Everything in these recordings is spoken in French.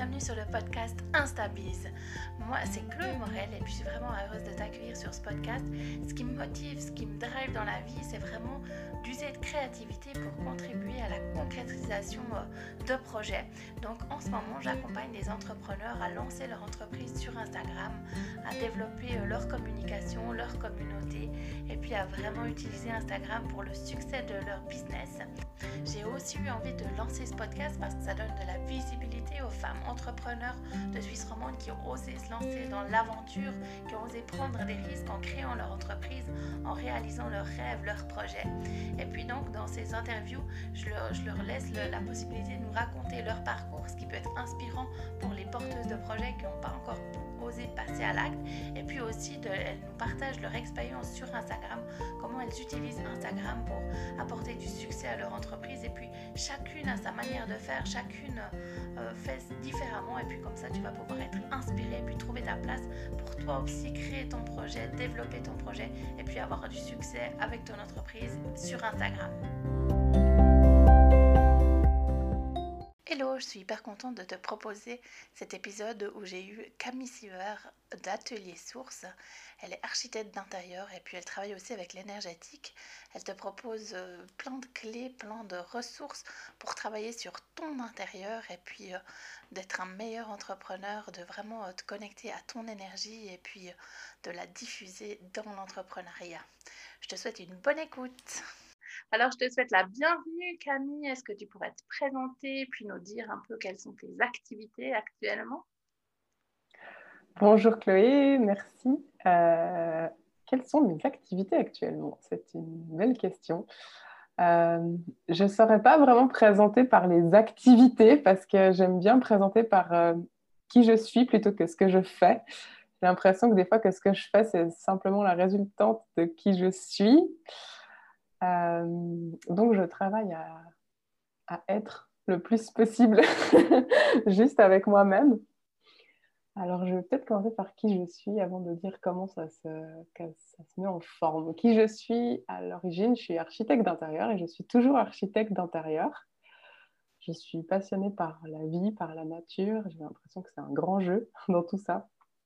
bienvenue sur le podcast InstaBiz. Moi, c'est Chloé Morel et puis je suis vraiment heureuse de t'accueillir sur ce podcast. Ce qui me motive, ce qui me drive dans la vie, c'est vraiment d'user de créativité pour contribuer à la concrétisation de projets. Donc en ce moment, j'accompagne des entrepreneurs à lancer leur entreprise sur Instagram, à développer leur communication, leur communauté et puis à vraiment utiliser Instagram pour le succès de leur business. J'ai aussi eu envie de lancer ce podcast parce que ça donne de la visibilité aux femmes entrepreneurs de Suisse romande qui ont osé se lancer dans l'aventure, qui ont osé prendre des risques en créant leur entreprise, en réalisant leurs rêves, leurs projets. Et puis donc dans ces interviews, je leur laisse la possibilité de nous raconter leur parcours, ce qui peut être inspirant pour les porteuses de projets qui n'ont pas encore osé passer à l'acte. Et puis aussi, elles nous partagent leur expérience sur Instagram, comment elles utilisent Instagram pour apporter du succès à leur entreprise. Et puis chacune a sa manière de faire, chacune fait différemment. Et puis comme ça, tu vas pouvoir être inspiré et puis trouver ta place pour toi aussi créer ton projet, développer ton projet et puis avoir du succès avec ton entreprise sur Instagram. Hello, je suis hyper contente de te proposer cet épisode où j'ai eu Camille Siver d'Atelier Source. Elle est architecte d'intérieur et puis elle travaille aussi avec l'énergétique. Elle te propose plein de clés, plein de ressources pour travailler sur ton intérieur et puis d'être un meilleur entrepreneur, de vraiment te connecter à ton énergie et puis de la diffuser dans l'entrepreneuriat. Je te souhaite une bonne écoute. Alors, je te souhaite la bienvenue, Camille. Est-ce que tu pourrais te présenter puis nous dire un peu quelles sont tes activités actuellement? Bonjour Chloé, merci. Quelles sont mes activités actuellement? C'est une belle question. Je ne saurais pas vraiment présenter par les activités parce que j'aime bien présenter par qui je suis plutôt que ce que je fais. J'ai l'impression que des fois que ce que je fais, c'est simplement la résultante de qui je suis. Donc, je travaille à être le plus possible juste avec moi-même. Alors, je vais peut-être commencer par qui je suis avant de dire comment ça se met en forme. Qui je suis à l'origine, je suis architecte d'intérieur et je suis toujours architecte d'intérieur. Je suis passionnée par la vie, par la nature. J'ai l'impression que c'est un grand jeu dans tout ça.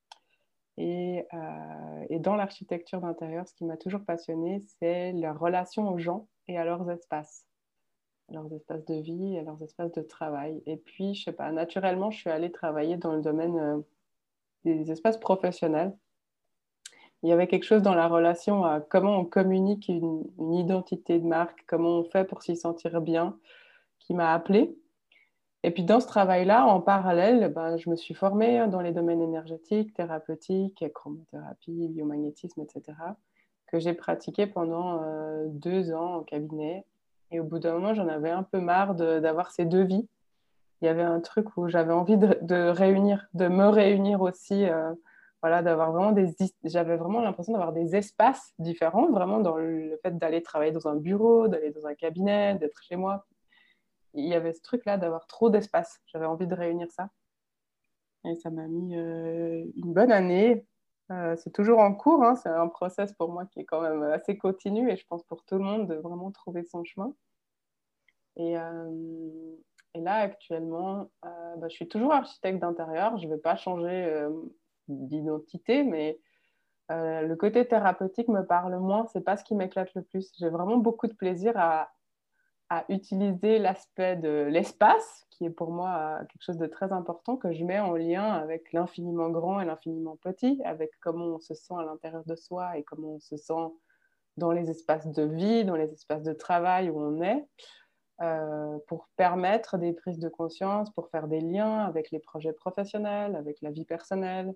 Et dans l'architecture d'intérieur, ce qui m'a toujours passionnée, c'est leur relation aux gens et à leurs espaces de vie, et à leurs espaces de travail. Et puis, je sais pas, naturellement, je suis allée travailler dans le domaine des espaces professionnels. Il y avait quelque chose dans la relation à comment on communique une identité de marque, comment on fait pour s'y sentir bien, qui m'a appelée. Et puis dans ce travail-là, en parallèle, je me suis formée dans les domaines énergétiques, thérapeutiques, chromothérapie, biomagnétisme, etc., que j'ai pratiqué pendant 2 ans en cabinet. Et au bout d'un moment, j'en avais un peu marre d'avoir ces deux vies. Il y avait un truc où j'avais envie de me réunir aussi, voilà, d'avoir vraiment j'avais vraiment l'impression d'avoir des espaces différents, vraiment dans le fait d'aller travailler dans un bureau, d'aller dans un cabinet, d'être chez moi. Il y avait ce truc-là d'avoir trop d'espace. J'avais envie de réunir ça. Et ça m'a mis une bonne année. C'est toujours en cours, hein. C'est un process pour moi qui est quand même assez continu et je pense pour tout le monde de vraiment trouver son chemin. Et, et là, actuellement, je suis toujours architecte d'intérieur. Je ne vais pas changer d'identité, mais le côté thérapeutique me parle moins. Ce n'est pas ce qui m'éclate le plus. J'ai vraiment beaucoup de plaisir à utiliser l'aspect de l'espace, qui est pour moi quelque chose de très important, que je mets en lien avec l'infiniment grand et l'infiniment petit, avec comment on se sent à l'intérieur de soi et comment on se sent dans les espaces de vie, dans les espaces de travail où on est. Pour permettre des prises de conscience, pour faire des liens avec les projets professionnels, avec la vie personnelle.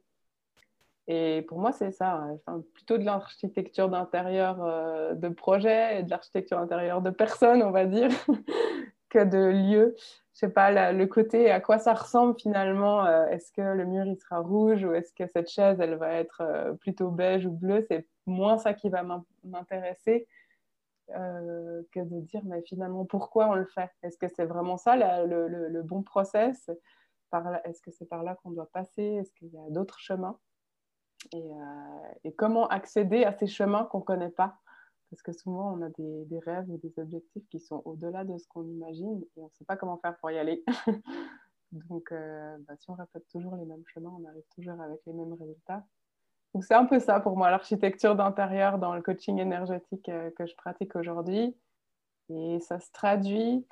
Et pour moi, c'est ça, enfin, plutôt de l'architecture d'intérieur de projet et de l'architecture d'intérieur de personnes, on va dire, que de lieux. Je sais pas, le côté à quoi ça ressemble finalement. Est-ce que le mur, il sera rouge ou est-ce que cette chaise, elle va être plutôt beige ou bleue? C'est moins ça qui va m'intéresser. Que de dire mais finalement pourquoi on le fait. Est-ce que c'est vraiment ça le bon process? Est-ce que c'est par là qu'on doit passer? Est-ce qu'il y a d'autres chemins? Et comment accéder à ces chemins qu'on ne connaît pas? Parce que souvent on a des rêves ou des objectifs qui sont au-delà de ce qu'on imagine et on ne sait pas comment faire pour y aller. Donc, si on répète toujours les mêmes chemins, on arrive toujours avec les mêmes résultats. Donc, c'est un peu ça pour moi, l'architecture d'intérieur dans le coaching énergétique que je pratique aujourd'hui. Et ça se traduit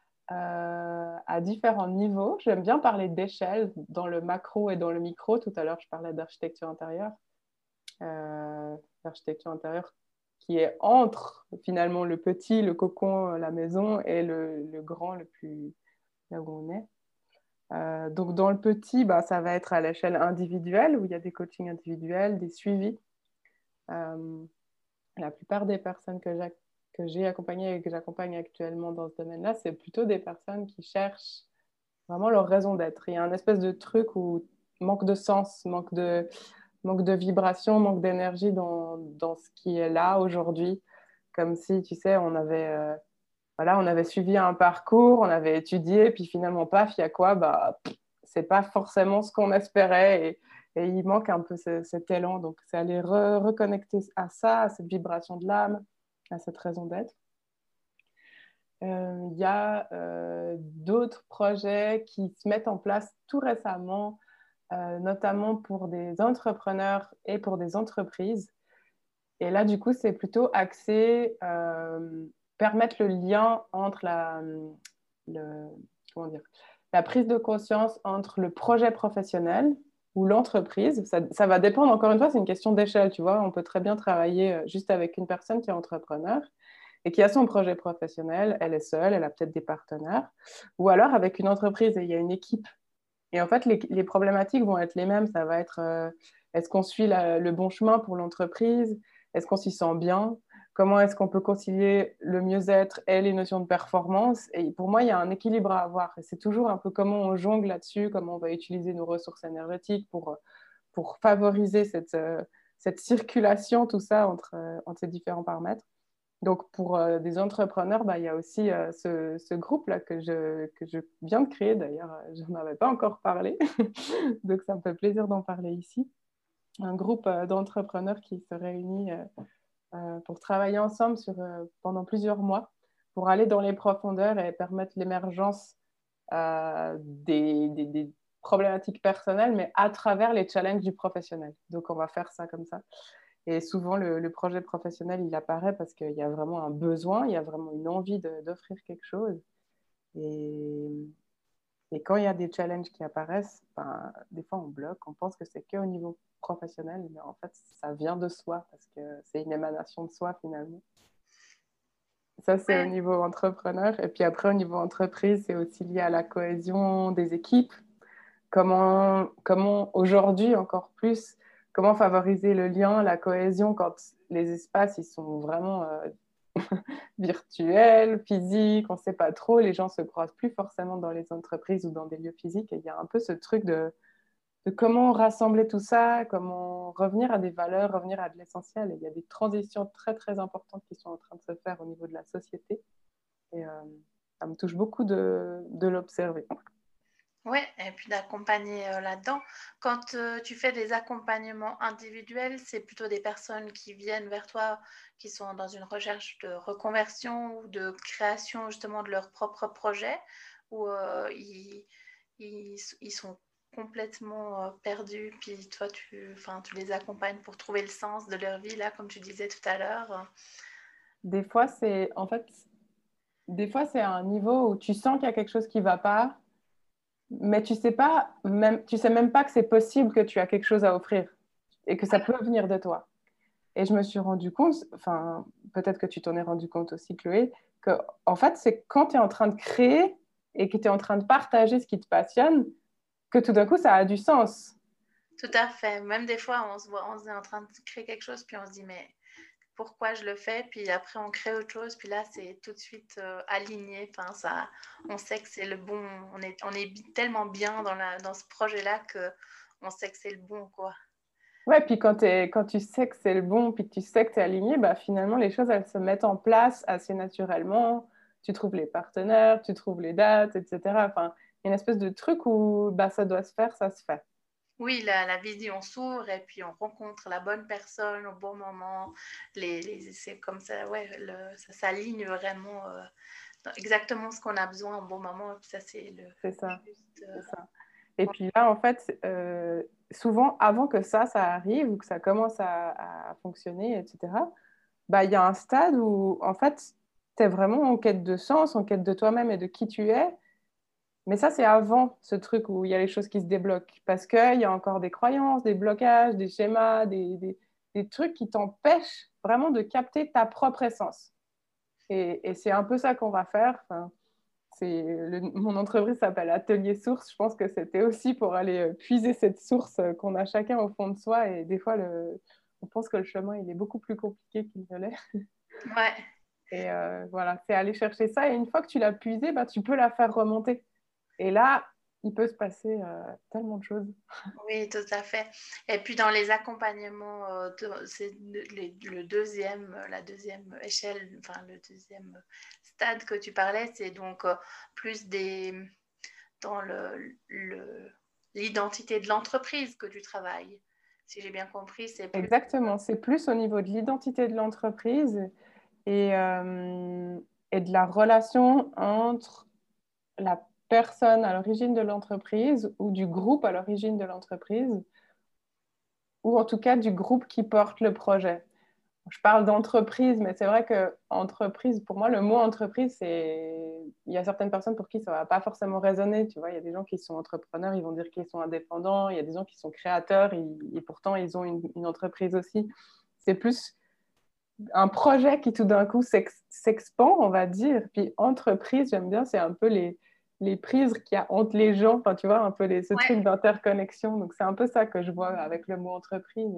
à différents niveaux. J'aime bien parler d'échelle dans le macro et dans le micro. Tout à l'heure, je parlais d'architecture intérieure. L'architecture intérieure qui est entre finalement le petit, le cocon, la maison et le grand, le plus là où on est. Donc dans le petit, ça va être à l'échelle individuelle où il y a des coachings individuels, des suivis. Euh, la plupart des personnes que j'ai accompagnées et que j'accompagne actuellement dans ce domaine-là, c'est plutôt des personnes qui cherchent vraiment leur raison d'être. Il y a un espèce de truc où manque de sens, manque de vibration, manque d'énergie dans ce qui est là aujourd'hui. Comme si, tu sais, on avait suivi un parcours, on avait étudié, puis finalement, paf, il y a quoi? C'est pas forcément ce qu'on espérait et il manque un peu cet élan. Donc, c'est aller reconnecter à ça, à cette vibration de l'âme, à cette raison d'être. Il y a d'autres projets qui se mettent en place tout récemment, notamment pour des entrepreneurs et pour des entreprises. Et là, du coup, c'est plutôt axé permettre le lien entre le, comment dire, la prise de conscience entre le projet professionnel ou l'entreprise. Ça va dépendre, encore une fois, c'est une question d'échelle, tu vois. On peut très bien travailler juste avec une personne qui est entrepreneur et qui a son projet professionnel, elle est seule, elle a peut-être des partenaires, ou alors avec une entreprise et il y a une équipe. Et en fait, les problématiques vont être les mêmes. Ça va être, est-ce qu'on suit le bon chemin pour l'entreprise? Est-ce qu'on s'y sent bien? Comment est-ce qu'on peut concilier le mieux-être et les notions de performance? Et pour moi, il y a un équilibre à avoir. Et c'est toujours un peu comment on jongle là-dessus, comment on va utiliser nos ressources énergétiques pour favoriser cette circulation, tout ça, entre ces différents paramètres. Donc, pour des entrepreneurs, il y a aussi ce groupe-là que je viens de créer. D'ailleurs, je n'en avais pas encore parlé. Donc, ça me fait plaisir d'en parler ici. Un groupe d'entrepreneurs qui se réunit pour travailler ensemble pendant plusieurs mois pour aller dans les profondeurs et permettre l'émergence des problématiques personnelles, mais à travers les challenges du professionnel. Donc, on va faire ça comme ça. Et souvent, le projet professionnel, il apparaît parce qu'il y a vraiment un besoin, il y a vraiment une envie d'offrir quelque chose. Et, et quand il y a des challenges qui apparaissent, des fois, on bloque, on pense que c'est qu'au niveau professionnel, mais en fait, ça vient de soi parce que c'est une émanation de soi finalement. Ça, c'est au Ouais. niveau entrepreneur. Et puis après, au niveau entreprise, c'est aussi lié à la cohésion des équipes. Comment aujourd'hui encore plus, comment favoriser le lien, la cohésion quand les espaces ils sont vraiment virtuels, physiques, on ne sait pas trop, les gens se croisent plus forcément dans les entreprises ou dans des lieux physiques. Et il y a un peu ce truc de comment rassembler tout ça, comment revenir à des valeurs, revenir à de l'essentiel. Et il y a des transitions très très importantes qui sont en train de se faire au niveau de la société. Et ça me touche beaucoup de l'observer. Ouais, et puis d'accompagner là-dedans. Quand tu fais des accompagnements individuels, c'est plutôt des personnes qui viennent vers toi, qui sont dans une recherche de reconversion ou de création justement de leur propre projet, ou ils sont complètement perdus, puis toi, tu les accompagnes pour trouver le sens de leur vie, là, comme tu disais tout à l'heure. Des fois, des fois, c'est à un niveau où tu sens qu'il y a quelque chose qui ne va pas, mais tu sais même pas que c'est possible que tu as quelque chose à offrir et que ça peut venir de toi. Et je me suis rendu compte, enfin, peut-être que tu t'en es rendu compte aussi, Chloé, que en fait, c'est quand tu es en train de créer et que tu es en train de partager ce qui te passionne, que tout d'un coup, ça a du sens. Tout à fait. Même des fois, on est en train de créer quelque chose, puis on se dit, mais pourquoi je le fais, puis après on crée autre chose, puis là c'est tout de suite aligné, enfin, ça, on sait que c'est le bon, on est tellement bien dans ce projet-là que on sait que c'est le bon, quoi. Ouais, puis quand tu sais que c'est le bon, puis que tu sais que tu es aligné, finalement, les choses, elles se mettent en place assez naturellement. Tu trouves les partenaires, tu trouves les dates, etc. Enfin, il y a une espèce de truc où ça doit se faire, ça se fait. Oui, la vision s'ouvre et puis on rencontre la bonne personne au bon moment. C'est comme ça, ouais, ça s'aligne vraiment exactement ce qu'on a besoin au bon moment. Et puis ça, c'est le C'est ça, juste. c'est ça. Et puis là, en fait, souvent, avant que ça arrive ou que ça commence à fonctionner, etc., bah, il y a un stade où, en fait, tu es vraiment en quête de sens, en quête de toi-même et de qui tu es. Mais ça, c'est avant ce truc où il y a les choses qui se débloquent. Parce qu'il y a encore des croyances, des blocages, des schémas, des trucs qui t'empêchent vraiment de capter ta propre essence. Et c'est un peu ça qu'on va faire. Enfin, mon entreprise s'appelle Atelier Source. Je pense que c'était aussi pour aller puiser cette source qu'on a chacun au fond de soi. Et des fois, on pense que le chemin, il est beaucoup plus compliqué qu'il ne l'est. Ouais. Et voilà, c'est aller chercher ça. Et une fois que tu l'as puisé, bah, tu peux la faire remonter. Et là, il peut se passer tellement de choses. Oui, tout à fait. Et puis dans les accompagnements, c'est la deuxième échelle, enfin le deuxième stade que tu parlais, c'est donc plus dans l'identité de l'entreprise que tu travailles. Si j'ai bien compris, c'est plus. Exactement, c'est plus au niveau de l'identité de l'entreprise et, et de la relation entre la personne à l'origine de l'entreprise ou du groupe à l'origine de l'entreprise, ou en tout cas du groupe qui porte le projet. Je parle d'entreprise, mais c'est vrai que entreprise, pour moi, le mot entreprise, il y a certaines personnes pour qui ça ne va pas forcément résonner. Tu vois, il y a des gens qui sont entrepreneurs, ils vont dire qu'ils sont indépendants. Il y a des gens qui sont créateurs et pourtant ils ont une entreprise aussi. C'est plus un projet qui tout d'un coup s'expand, on va dire. Puis entreprise, j'aime bien, c'est un peu les prises qu'il y a entre les gens. Enfin, tu vois, un peu ce truc Ouais. d'interconnexion. Donc, c'est un peu ça que je vois avec le mot entreprise.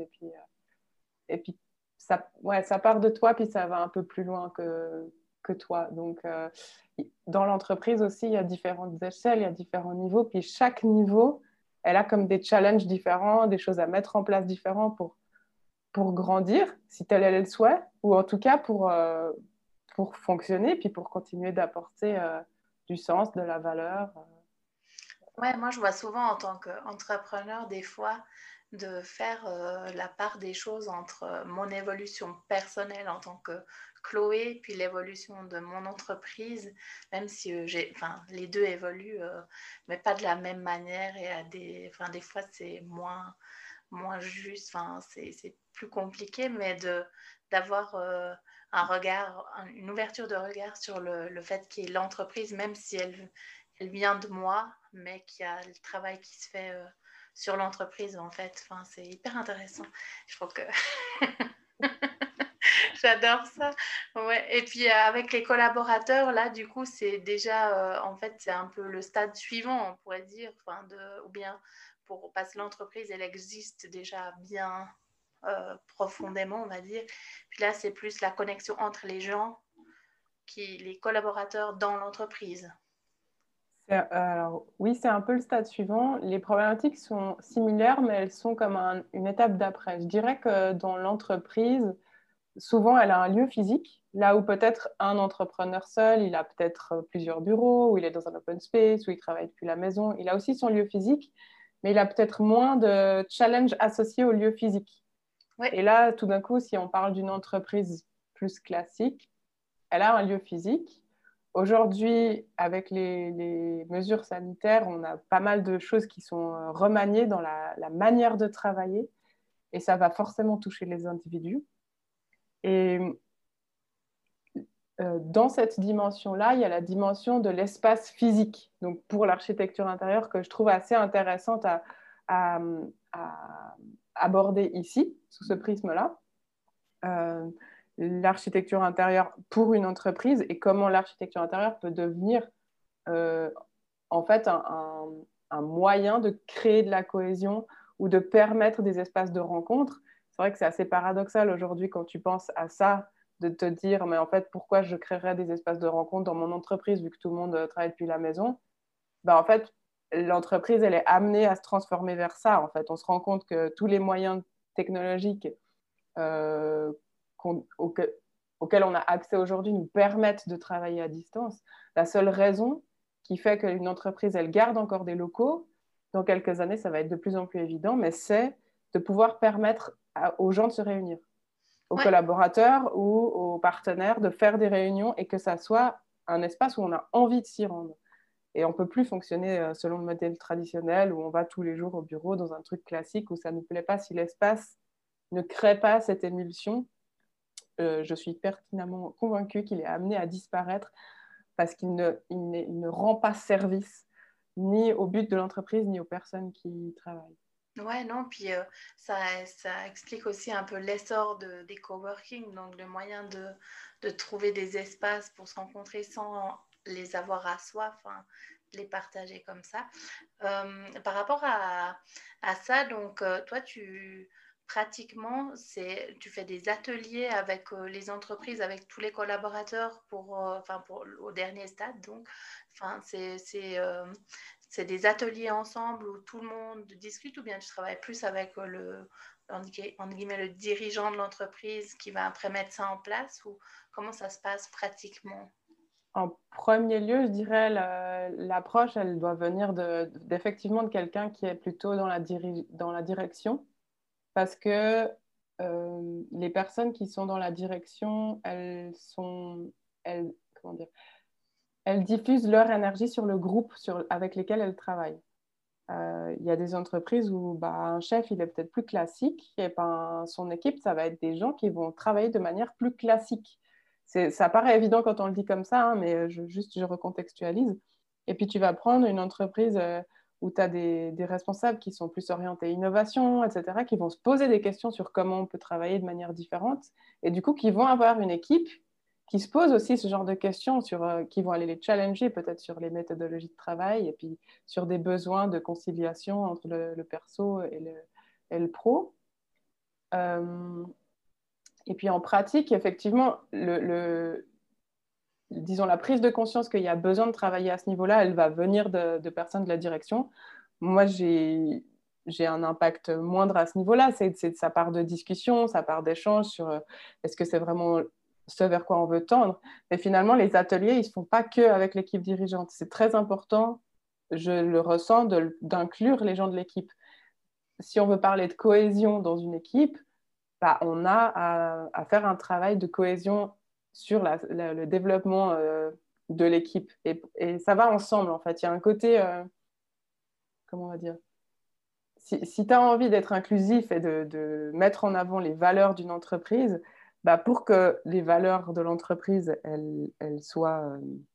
Et puis ça, ouais, ça part de toi, puis ça va un peu plus loin que toi. Donc, dans l'entreprise aussi, il y a différentes échelles, il y a différents niveaux. Puis chaque niveau, elle a comme des challenges différents, des choses à mettre en place différents pour grandir, si tel est le souhait, ou en tout cas pour fonctionner, puis pour continuer d'apporter du sens, de la valeur. Ouais, moi je vois souvent en tant qu'entrepreneur des fois de faire la part des choses entre mon évolution personnelle en tant que Chloé, puis l'évolution de mon entreprise, même si enfin, les deux évoluent, mais pas de la même manière et enfin, des fois c'est moins juste, enfin, c'est plus compliqué, mais d'avoir un regard, une ouverture de regard sur le fait qu'il y ait l'entreprise, même si elle vient de moi, mais qu'il y a le travail qui se fait sur l'entreprise en fait. Enfin, c'est hyper intéressant. Je trouve que j'adore ça. Ouais. Et puis avec les collaborateurs, là, du coup, c'est déjà, en fait, c'est un peu le stade suivant, on pourrait dire, enfin, ou bien parce que l'entreprise, elle existe déjà bien profondément, on va dire. Puis là, c'est plus la connexion entre les gens, les collaborateurs dans l'entreprise. Alors, oui, c'est un peu le stade suivant. Les problématiques sont similaires, mais elles sont comme une étape d'après. Je dirais que dans l'entreprise, souvent, elle a un lieu physique, là où peut-être un entrepreneur seul, il a peut-être plusieurs bureaux, ou il est dans un open space, où il travaille depuis la maison. Il a aussi son lieu physique, mais il a peut-être moins de challenges associés au lieu physique. Oui, Et là, tout d'un coup, si on parle d'une entreprise plus classique, elle a un lieu physique. Aujourd'hui, avec les mesures sanitaires, on a pas mal de choses qui sont remaniées dans la manière de travailler et ça va forcément toucher les individus. Et dans cette dimension-là, il y a la dimension de l'espace physique, donc pour l'architecture intérieure, que je trouve assez intéressante à, à aborder ici, sous ce prisme-là. Euh, l'architecture intérieure pour une entreprise et comment l'architecture intérieure peut devenir euh, en fait un moyen de créer de la cohésion ou de permettre des espaces de rencontre. C'est vrai que c'est assez paradoxal aujourd'hui quand tu penses à ça, de te dire, mais en fait, pourquoi je créerais des espaces de rencontre dans mon entreprise vu que tout le monde travaille depuis la maison? Ben, en fait, l'entreprise, elle est amenée à se transformer vers ça. En fait, on se rend compte que tous les moyens technologiques euh, auxquels on a accès aujourd'hui nous permettent de travailler à distance. La seule raison qui fait qu'une entreprise, elle garde encore des locaux, dans quelques années, ça va être de plus en plus évident, mais c'est de pouvoir permettre aux gens de se réunir, aux ouais, collaborateurs ou aux partenaires de faire des réunions et que ça soit un espace où on a envie de s'y rendre. Et on ne peut plus fonctionner selon le modèle traditionnel où on va tous les jours au bureau dans un truc classique où ça ne nous plaît pas. Si l'espace ne crée pas cette émulsion, je suis pertinemment convaincue qu'il est amené à disparaître parce qu'il ne rend pas service ni au but de l'entreprise, ni aux personnes qui y travaillent. Ouais, non, puis ça explique aussi un peu l'essor des coworking, donc le moyen de trouver des espaces pour se rencontrer sans les avoir à soi, enfin, les partager comme ça. Par rapport à ça, donc toi, pratiquement, tu fais des ateliers avec les entreprises, avec tous les collaborateurs au dernier stade, donc, enfin, c'est des ateliers ensemble où tout le monde discute ou bien tu travailles plus avec entre guillemets, le dirigeant de l'entreprise qui va après mettre ça en place ou comment ça se passe pratiquement? En premier lieu, je dirais l'approche, elle doit venir effectivement de quelqu'un qui est plutôt dans la direction parce que les personnes qui sont dans la direction, comment dire, elles diffusent leur énergie sur le groupe avec lequel elles travaillent. Il y a des entreprises où un chef, il est peut-être plus classique et son équipe, ça va être des gens qui vont travailler de manière plus classique. Ça paraît évident quand on le dit comme ça, hein, mais je recontextualise. Et puis, tu vas prendre une entreprise où tu as des responsables qui sont plus orientés innovation, etc., qui vont se poser des questions sur comment on peut travailler de manière différente et du coup, qui vont avoir une équipe qui se pose aussi ce genre de questions, qui vont aller les challenger peut-être sur les méthodologies de travail et puis sur des besoins de conciliation entre le perso et le pro. Euh, et puis en pratique, effectivement, disons la prise de conscience qu'il y a besoin de travailler à ce niveau-là, elle va venir de personnes de la direction. Moi, j'ai un impact moindre à ce niveau-là. Ça part de discussion, ça part d'échanges sur est-ce que c'est vraiment ce vers quoi on veut tendre. Mais finalement, les ateliers, ils ne se font pas que avec l'équipe dirigeante. C'est très important, je le ressens, d'inclure les gens de l'équipe. Si on veut parler de cohésion dans une équipe, on a à faire un travail de cohésion sur le développement de l'équipe. Et ça va ensemble, en fait. Il y a un côté, comment on va dire, si tu as envie d'être inclusif et de mettre en avant les valeurs d'une entreprise, pour que les valeurs de l'entreprise, elles soient,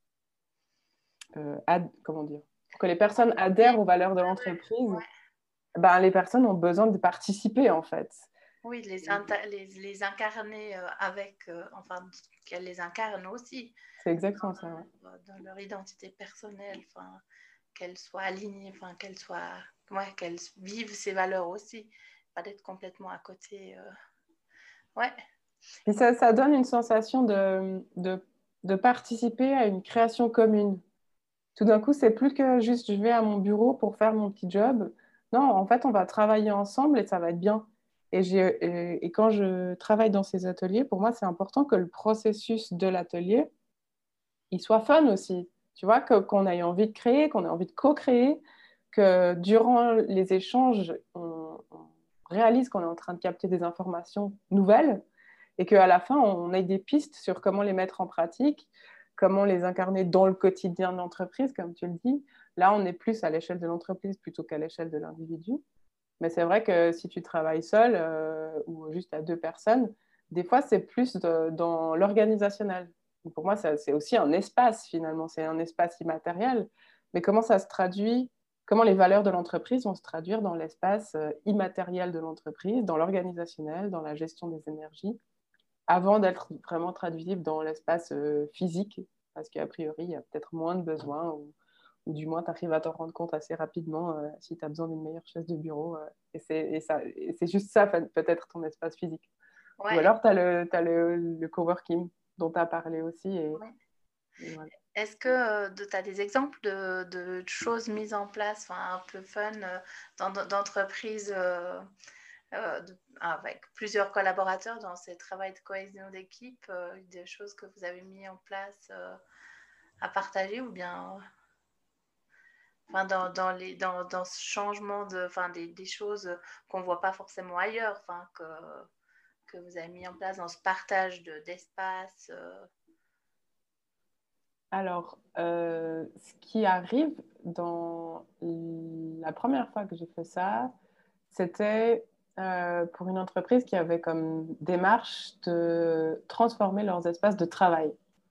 comment dire, pour que les personnes adhèrent aux valeurs de l'entreprise, Ouais. les personnes ont besoin de participer, en fait. Oui, les incarner enfin, qu'elles les incarnent aussi C'est exactement ça, ouais. dans leur identité personnelle, enfin, qu'elles soient alignées, enfin, qu'elles vivent ces valeurs aussi, pas d'être complètement à côté. Ouais, Et ça donne une sensation de participer à une création commune. Tout d'un coup, c'est plus que juste je vais à mon bureau pour faire mon petit job. Non, en fait, on va travailler ensemble et ça va être bien. Et quand je travaille dans ces ateliers, pour moi, c'est important que le processus de l'atelier, il soit fun aussi. Tu vois, qu'on ait envie de créer, qu'on ait envie de co-créer, que durant les échanges, on réalise qu'on est en train de capter des informations nouvelles et qu'à la fin, on ait des pistes sur comment les mettre en pratique, comment les incarner dans le quotidien de l'entreprise, comme tu le dis. Là, on est plus à l'échelle de l'entreprise plutôt qu'à l'échelle de l'individu. Mais c'est vrai que si tu travailles seul ou juste à deux personnes, des fois, c'est plus dans l'organisationnel. Pour moi, c'est aussi un espace, finalement. C'est un espace immatériel. Mais comment ça se traduit, comment les valeurs de l'entreprise vont se traduire dans l'espace immatériel de l'entreprise, dans l'organisationnel, dans la gestion des énergies avant d'être vraiment traduisible dans l'espace physique, parce qu'a priori, il y a peut-être moins de besoins, ou du moins, tu arrives à t'en rendre compte assez rapidement si tu as besoin d'une meilleure chaise de bureau. Et c'est juste ça, peut-être ton espace physique. Ou ouais. alors, tu as le coworking dont tu as parlé aussi. Ouais. Et voilà. Est-ce que tu as des exemples de choses mises en place, enfin, un peu fun, d'entreprises avec plusieurs collaborateurs dans ces travaux de cohésion d'équipe, des choses que vous avez mis en place à partager ou bien enfin, dans ce changement enfin, des choses qu'on ne voit pas forcément ailleurs, enfin, que vous avez mis en place dans ce partage d'espace Alors, ce qui arrive dans la première fois que j'ai fait ça, c'était pour une entreprise qui avait comme démarche de transformer leurs espaces de travail.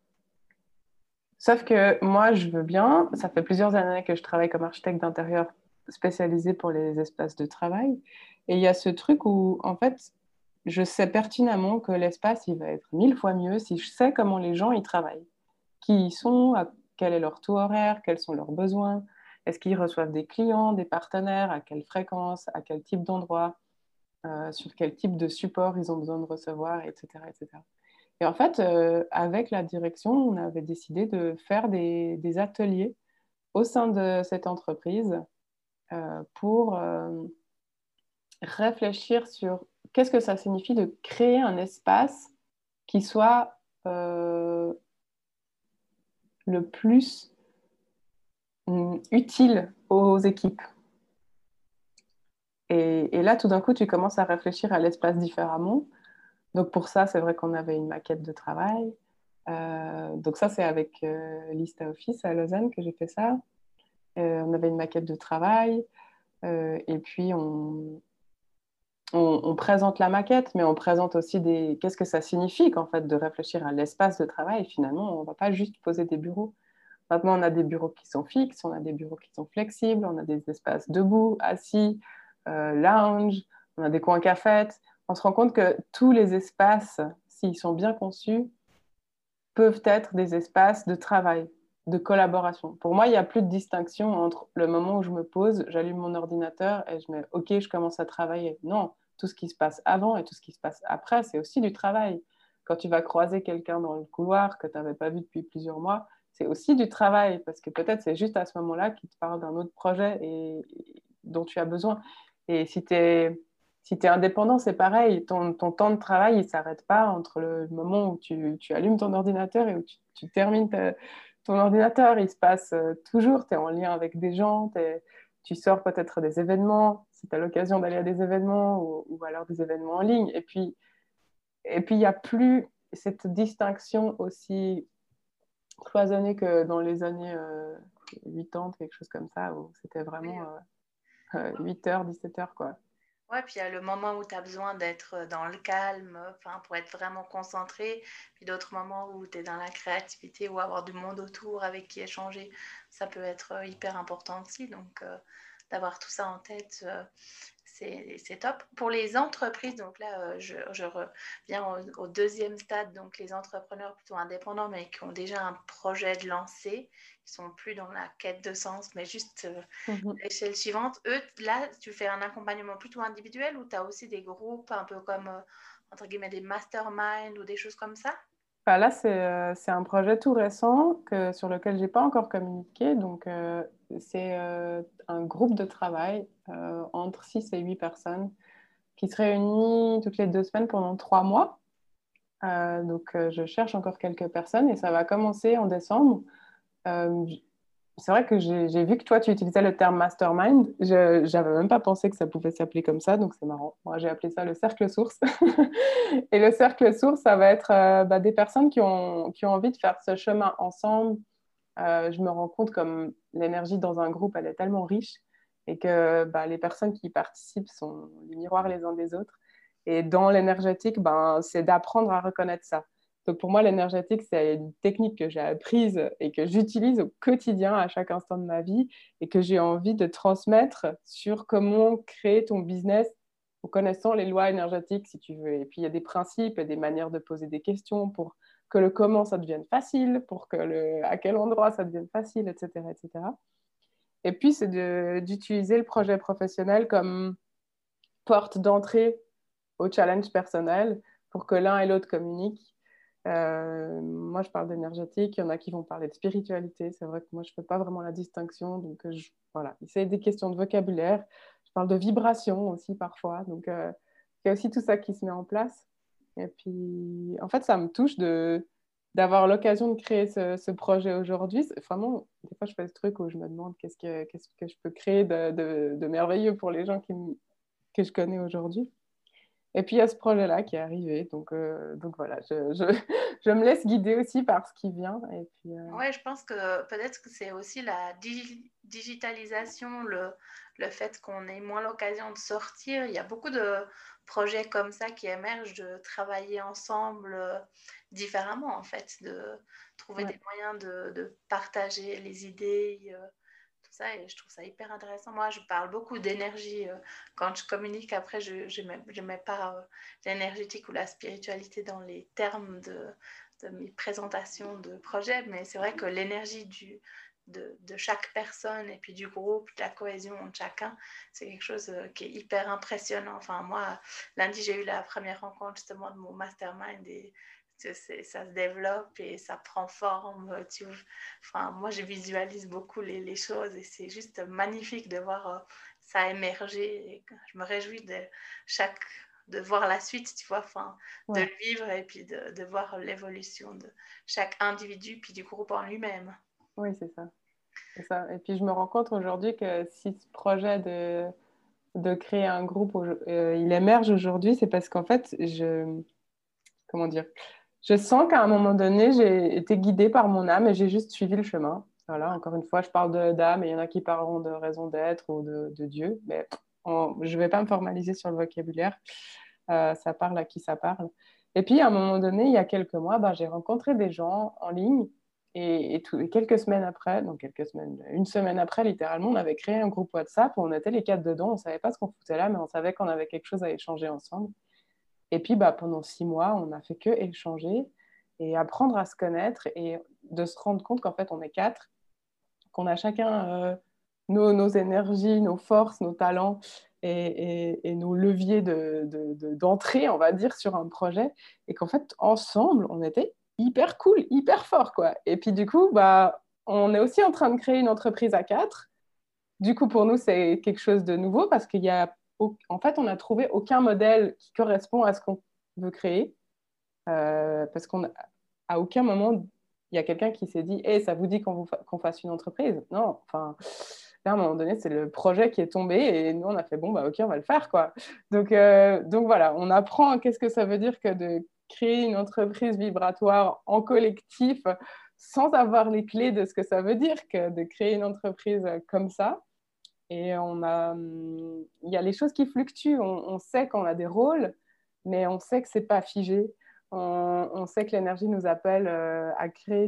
Sauf que moi, je veux bien, ça fait plusieurs années que je travaille comme architecte d'intérieur spécialisé pour les espaces de travail. Et il y a ce truc où, en fait, je sais pertinemment que l'espace, il va être 1000 fois mieux si je sais comment les gens y travaillent. Qui ils sont, quel est leur taux horaire, quels sont leurs besoins, est-ce qu'ils reçoivent des clients, des partenaires, à quelle fréquence, à quel type d'endroit, sur quel type de support ils ont besoin de recevoir, etc. etc. Et en fait, avec la direction, on avait décidé de faire des ateliers au sein de cette entreprise pour réfléchir sur qu'est-ce que ça signifie de créer un espace qui soit le plus utile aux équipes. Et là, tout d'un coup, tu commences à réfléchir à l'espace différemment. Donc pour ça, c'est vrai qu'on avait une maquette de travail. Donc ça, c'est avec Lista Office à Lausanne que j'ai fait ça. On avait une maquette de travail. Et puis, on présente la maquette, mais on présente aussi qu'est-ce que ça signifie qu'en fait, de réfléchir à l'espace de travail. Et finalement, on ne va pas juste poser des bureaux. Maintenant, on a des bureaux qui sont fixes, on a des bureaux qui sont flexibles, on a des espaces debout, assis, lounge, on a des coins cafettes. On se rend compte que tous les espaces, s'ils sont bien conçus, peuvent être des espaces de travail, de collaboration. Pour moi, il n'y a plus de distinction entre le moment où je me pose, j'allume mon ordinateur et je mets OK, je commence à travailler. Non, tout ce qui se passe avant et tout ce qui se passe après, c'est aussi du travail. Quand tu vas croiser quelqu'un dans le couloir que tu n'avais pas vu depuis plusieurs mois, c'est aussi du travail parce que peut-être c'est juste à ce moment-là qu'il te parle d'un autre projet dont tu as besoin. Et si tu es indépendant, c'est pareil. Ton temps de travail, il ne s'arrête pas entre le moment où tu allumes ton ordinateur et où tu termines ton ordinateur. Il se passe toujours. Tu es en lien avec des gens. Tu sors peut-être des événements, si tu as l'occasion d'aller à des événements ou alors des événements en ligne. Et puis, il n'y a plus cette distinction aussi cloisonnée que dans les années 80, quelque chose comme ça, où c'était Oui, vraiment 8h, 17h, quoi. ouais, puis il y a le moment où tu as besoin d'être dans le calme, enfin, pour être vraiment concentré, puis d'autres moments où tu es dans la créativité ou avoir du monde autour avec qui échanger, ça peut être hyper important aussi. Donc, d'avoir tout ça en tête, c'est top. Pour les entreprises, donc là, je reviens au deuxième stade, donc les entrepreneurs plutôt indépendants, mais qui ont déjà un projet de lancer, qui sont plus dans la quête de sens, mais juste Mhm. l'échelle suivante. Eux, là, tu fais un accompagnement plutôt individuel ou tu as aussi des groupes un peu comme, entre guillemets, des masterminds ou des choses comme ça? Enfin, là, c'est un projet tout récent sur lequel j'ai pas encore communiqué. Donc, c'est un groupe de travail entre 6 et 8 personnes qui se réunit toutes les 2 semaines pendant 3 mois. Donc, je cherche encore quelques personnes et ça va commencer en décembre. Euh, c'est vrai que j'ai vu que toi, tu utilisais le terme mastermind. Je n'avais même pas pensé que ça pouvait s'appeler comme ça, donc c'est marrant. Moi, j'ai appelé ça le cercle source. Et le cercle source, ça va être des personnes qui ont envie de faire ce chemin ensemble. Je me rends compte comme l'énergie dans un groupe, elle est tellement riche et que les personnes qui y participent sont les miroirs les uns des autres. Et dans l'énergétique, c'est d'apprendre à reconnaître ça. Donc pour moi, l'énergétique, c'est une technique que j'ai apprise et que j'utilise au quotidien à chaque instant de ma vie et que j'ai envie de transmettre sur comment créer ton business en connaissant les lois énergétiques, si tu veux. Et puis il y a des principes et des manières de poser des questions pour que le comment ça devienne facile, pour que à quel endroit ça devienne facile, etc. etc. Et puis, c'est d'utiliser le projet professionnel comme porte d'entrée au challenge personnel pour que l'un et l'autre communiquent. Moi, je parle d'énergétique, il y en a qui vont parler de spiritualité. C'est vrai que moi, je ne fais pas vraiment la distinction. Donc, voilà, c'est des questions de vocabulaire. Je parle de vibration aussi parfois. Donc, il y a aussi tout ça qui se met en place. Et puis, en fait, ça me touche d'avoir l'occasion de créer ce projet aujourd'hui. Vraiment, des fois, je fais ce truc où je me demande qu'est-ce que je peux créer de merveilleux pour les gens que je connais aujourd'hui. Et puis, il y a ce projet-là qui est arrivé. Donc voilà, je me laisse guider aussi par ce qui vient. Et puis, Ouais, je pense que peut-être que c'est aussi la digitalisation, le fait qu'on ait moins l'occasion de sortir. Il y a beaucoup de projets comme ça qui émergent de travailler ensemble différemment, en fait, de trouver ouais, des moyens de partager les idées, tout ça. Et je trouve ça hyper intéressant. Moi, je parle beaucoup d'énergie. Quand je communique, après, je mets pas l'énergétique ou la spiritualité dans les termes de mes présentations de projets, mais c'est vrai que l'énergie de chaque personne et puis du groupe, de la cohésion entre chacun, c'est quelque chose qui est hyper impressionnant. Enfin, moi, lundi, j'ai eu la première rencontre justement de mon mastermind et ça se développe et ça prend forme. Enfin, moi, je visualise beaucoup les choses et c'est juste magnifique de voir ça émerger. Et je me réjouis de voir la suite, tu vois, enfin, de ouais. le vivre et puis de voir l'évolution de chaque individu puis du groupe en lui-même. Oui, c'est ça. C'est ça. Et puis, je me rends compte aujourd'hui que si ce projet de créer un groupe, il émerge aujourd'hui, c'est parce qu'en fait, comment dire, je sens qu'à un moment donné, j'ai été guidée par mon âme et j'ai juste suivi le chemin. Voilà, encore une fois, je parle d'âme et il y en a qui parleront de raison d'être ou de Dieu, mais je ne vais pas me formaliser sur le vocabulaire. Ça parle à qui ça parle. Et puis, à un moment donné, il y a quelques mois, bah, j'ai rencontré des gens en ligne et quelques semaines après, donc quelques semaines, une semaine après, littéralement, on avait créé un groupe WhatsApp où on était les quatre dedans. On ne savait pas ce qu'on foutait là, mais on savait qu'on avait quelque chose à échanger ensemble. Et puis, bah, pendant 6 mois, on n'a fait que échanger et apprendre à se connaître et de se rendre compte qu'en fait, on est quatre, qu'on a chacun nos énergies, nos forces, nos talents et nos leviers d'entrée, on va dire, sur un projet. Et qu'en fait, ensemble, on était hyper cool, hyper fort, quoi. Et puis, du coup, bah, on est aussi en train de créer une entreprise à quatre. Du coup, pour nous, c'est quelque chose de nouveau parce qu'il y a, en fait, on n'a trouvé aucun modèle qui correspond à ce qu'on veut créer. Parce qu'à aucun moment, il y a quelqu'un qui s'est dit, hey, ça vous dit qu'on fasse une entreprise? Non, enfin, là, à un moment donné, c'est le projet qui est tombé et nous, on a fait, bon, bah, ok, on va le faire, quoi. Donc voilà, on apprend qu'est-ce que ça veut dire que de créer une entreprise vibratoire en collectif sans avoir les clés de ce que ça veut dire que de créer une entreprise comme ça. Et il y a les choses qui fluctuent. On sait qu'on a des rôles, mais on sait que c'est pas figé. On sait que l'énergie nous appelle à créer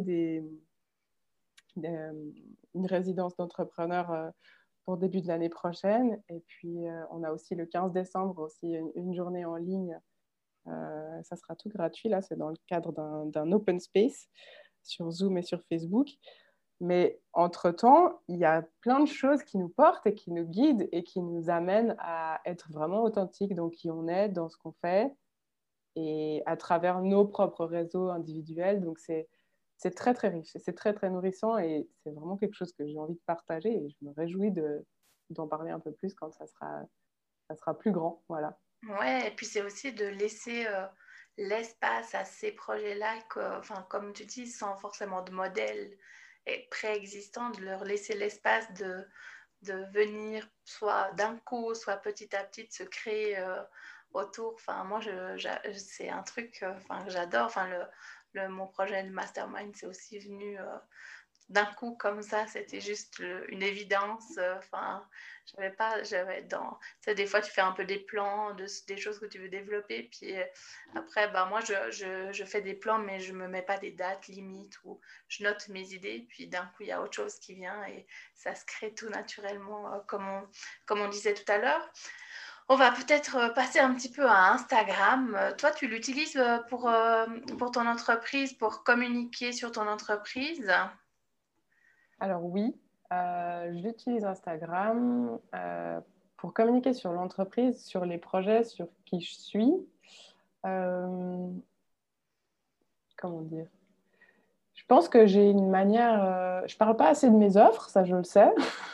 des- une résidence d'entrepreneur pour début de l'année prochaine. Et puis, on a aussi le 15 décembre aussi une journée en ligne. Ça sera tout gratuit. Là, c'est dans le cadre d'un open space sur Zoom et sur Facebook. Mais entre-temps, il y a plein de choses qui nous portent et qui nous guident et qui nous amènent à être vraiment authentiques dans qui on est, dans ce qu'on fait et à travers nos propres réseaux individuels. Donc, c'est très, très riche, c'est très, très nourrissant et c'est vraiment quelque chose que j'ai envie de partager et je me réjouis d'en parler un peu plus quand ça sera plus grand. Voilà. Ouais, et puis c'est aussi de laisser l'espace à ces projets-là, enfin, comme tu dis, sans forcément de modèle préexistant, de leur laisser l'espace de venir soit d'un coup, soit petit à petit, de se créer autour. Enfin, moi, c'est un truc enfin, que j'adore. Enfin, mon projet de mastermind, c'est aussi venu d'un coup comme ça, c'était juste une évidence. Enfin, j'avais pas, j'avais dans, tu sais, des fois tu fais un peu des plans des choses que tu veux développer, puis après, bah moi je fais des plans, mais je me mets pas des dates limites ou je note mes idées, puis d'un coup il y a autre chose qui vient et ça se crée tout naturellement, comme on disait tout à l'heure. On va peut-être passer un petit peu à Instagram. Toi, tu l'utilises pour ton entreprise, pour communiquer sur ton entreprise? Alors oui, j'utilise Instagram pour communiquer sur l'entreprise, sur les projets, sur qui je suis. Euh, comment dire? Je pense que j'ai une manière. Je parle pas assez de mes offres, ça je le sais.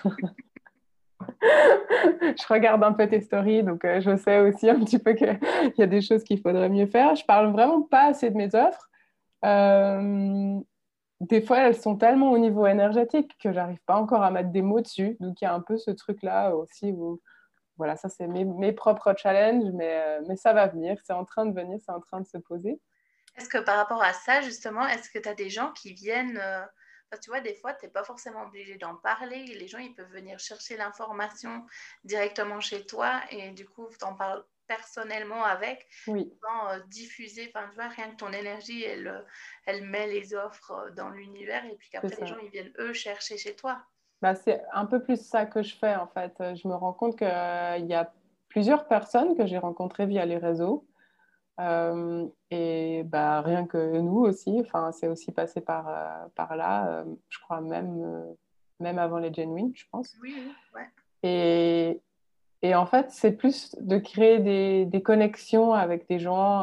Je regarde un peu tes stories, donc je sais aussi un petit peu qu'il y a des choses qu'il faudrait mieux faire. Je parle vraiment pas assez de mes offres. Euh, des fois, elles sont tellement au niveau énergétique que j'arrive pas encore à mettre des mots dessus. Donc il y a un peu ce truc-là aussi où voilà, ça, c'est mes propres challenges, mais ça va venir. C'est en train de venir, c'est en train de se poser. Est-ce que par rapport à ça, justement, est-ce que tu as des gens qui viennent parce que tu vois, des fois, tu n'es pas forcément obligé d'en parler. Les gens, ils peuvent venir chercher l'information directement chez toi et du coup, tu en parles personnellement avec, Oui, sans diffuser. Enfin, tu vois, rien que ton énergie, elle met les offres dans l'univers et puis c'est qu'après, les gens, ça. ils viennent, eux, chercher chez toi. Bah, c'est un peu plus ça que je fais, en fait. Je me rends compte qu'il y a plusieurs personnes que j'ai rencontrées via les réseaux. Et bah, rien que nous aussi, enfin, c'est aussi passé par là, je crois même avant les Genuine, je pense. Oui, oui, ouais. Et, et en fait, c'est plus de créer des connexions avec des gens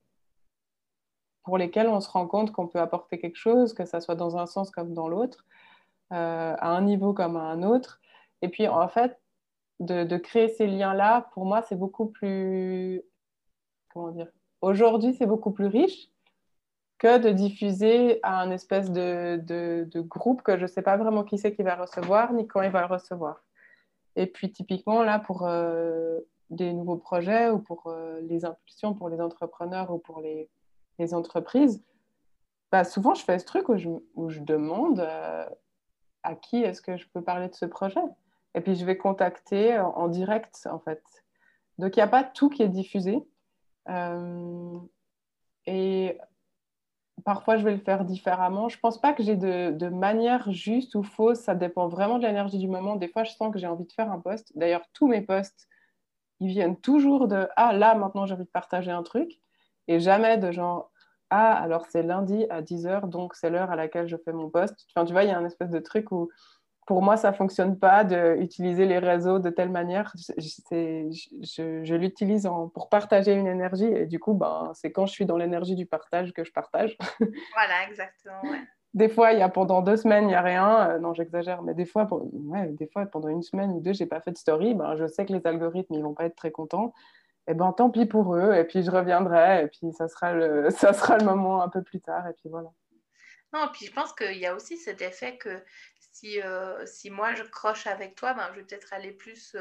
pour lesquels on se rend compte qu'on peut apporter quelque chose, que ça soit dans un sens comme dans l'autre, à un niveau comme à un autre. Et puis, en fait, de créer ces liens-là, pour moi, c'est beaucoup plus, comment dire, aujourd'hui, c'est beaucoup plus riche que de diffuser à un espèce de groupe que je ne sais pas vraiment qui c'est qui va recevoir, ni quand il va le recevoir. Et puis typiquement, là, pour des nouveaux projets ou pour les impulsions pour les entrepreneurs ou pour les entreprises, bah, souvent je fais ce truc où je demande à qui est-ce que je peux parler de ce projet. Et puis je vais contacter en direct, en fait. Donc il n'y a pas tout qui est diffusé. Euh, et parfois, je vais le faire différemment. Je pense pas que j'ai de manière juste ou fausse. Ça dépend vraiment de l'énergie du moment. Des fois, je sens que j'ai envie de faire un post. D'ailleurs, tous mes posts, ils viennent toujours de ah, là, maintenant, j'ai envie de partager un truc. Et jamais de genre ah, alors c'est lundi à 10 heures, donc c'est l'heure à laquelle je fais mon post. Enfin, tu vois, il y a un espèce de truc où pour moi, ça fonctionne pas d'utiliser les réseaux de telle manière. Je l'utilise pour partager une énergie et du coup, ben, c'est quand je suis dans l'énergie du partage que je partage. Voilà, exactement, ouais. Des fois, il y a pendant 2 semaines, il n'y a rien. Non, j'exagère, mais ouais, des fois, pendant une semaine ou deux, j'ai pas fait de story. Ben, je sais que les algorithmes, ils vont pas être très contents. Et ben, tant pis pour eux. Et puis, je reviendrai. Et puis, ça sera ça sera le moment un peu plus tard. Et puis, voilà. Non, puis je pense qu'il y a aussi cet effet que si moi je croche avec toi, ben, je vais peut-être aller plus,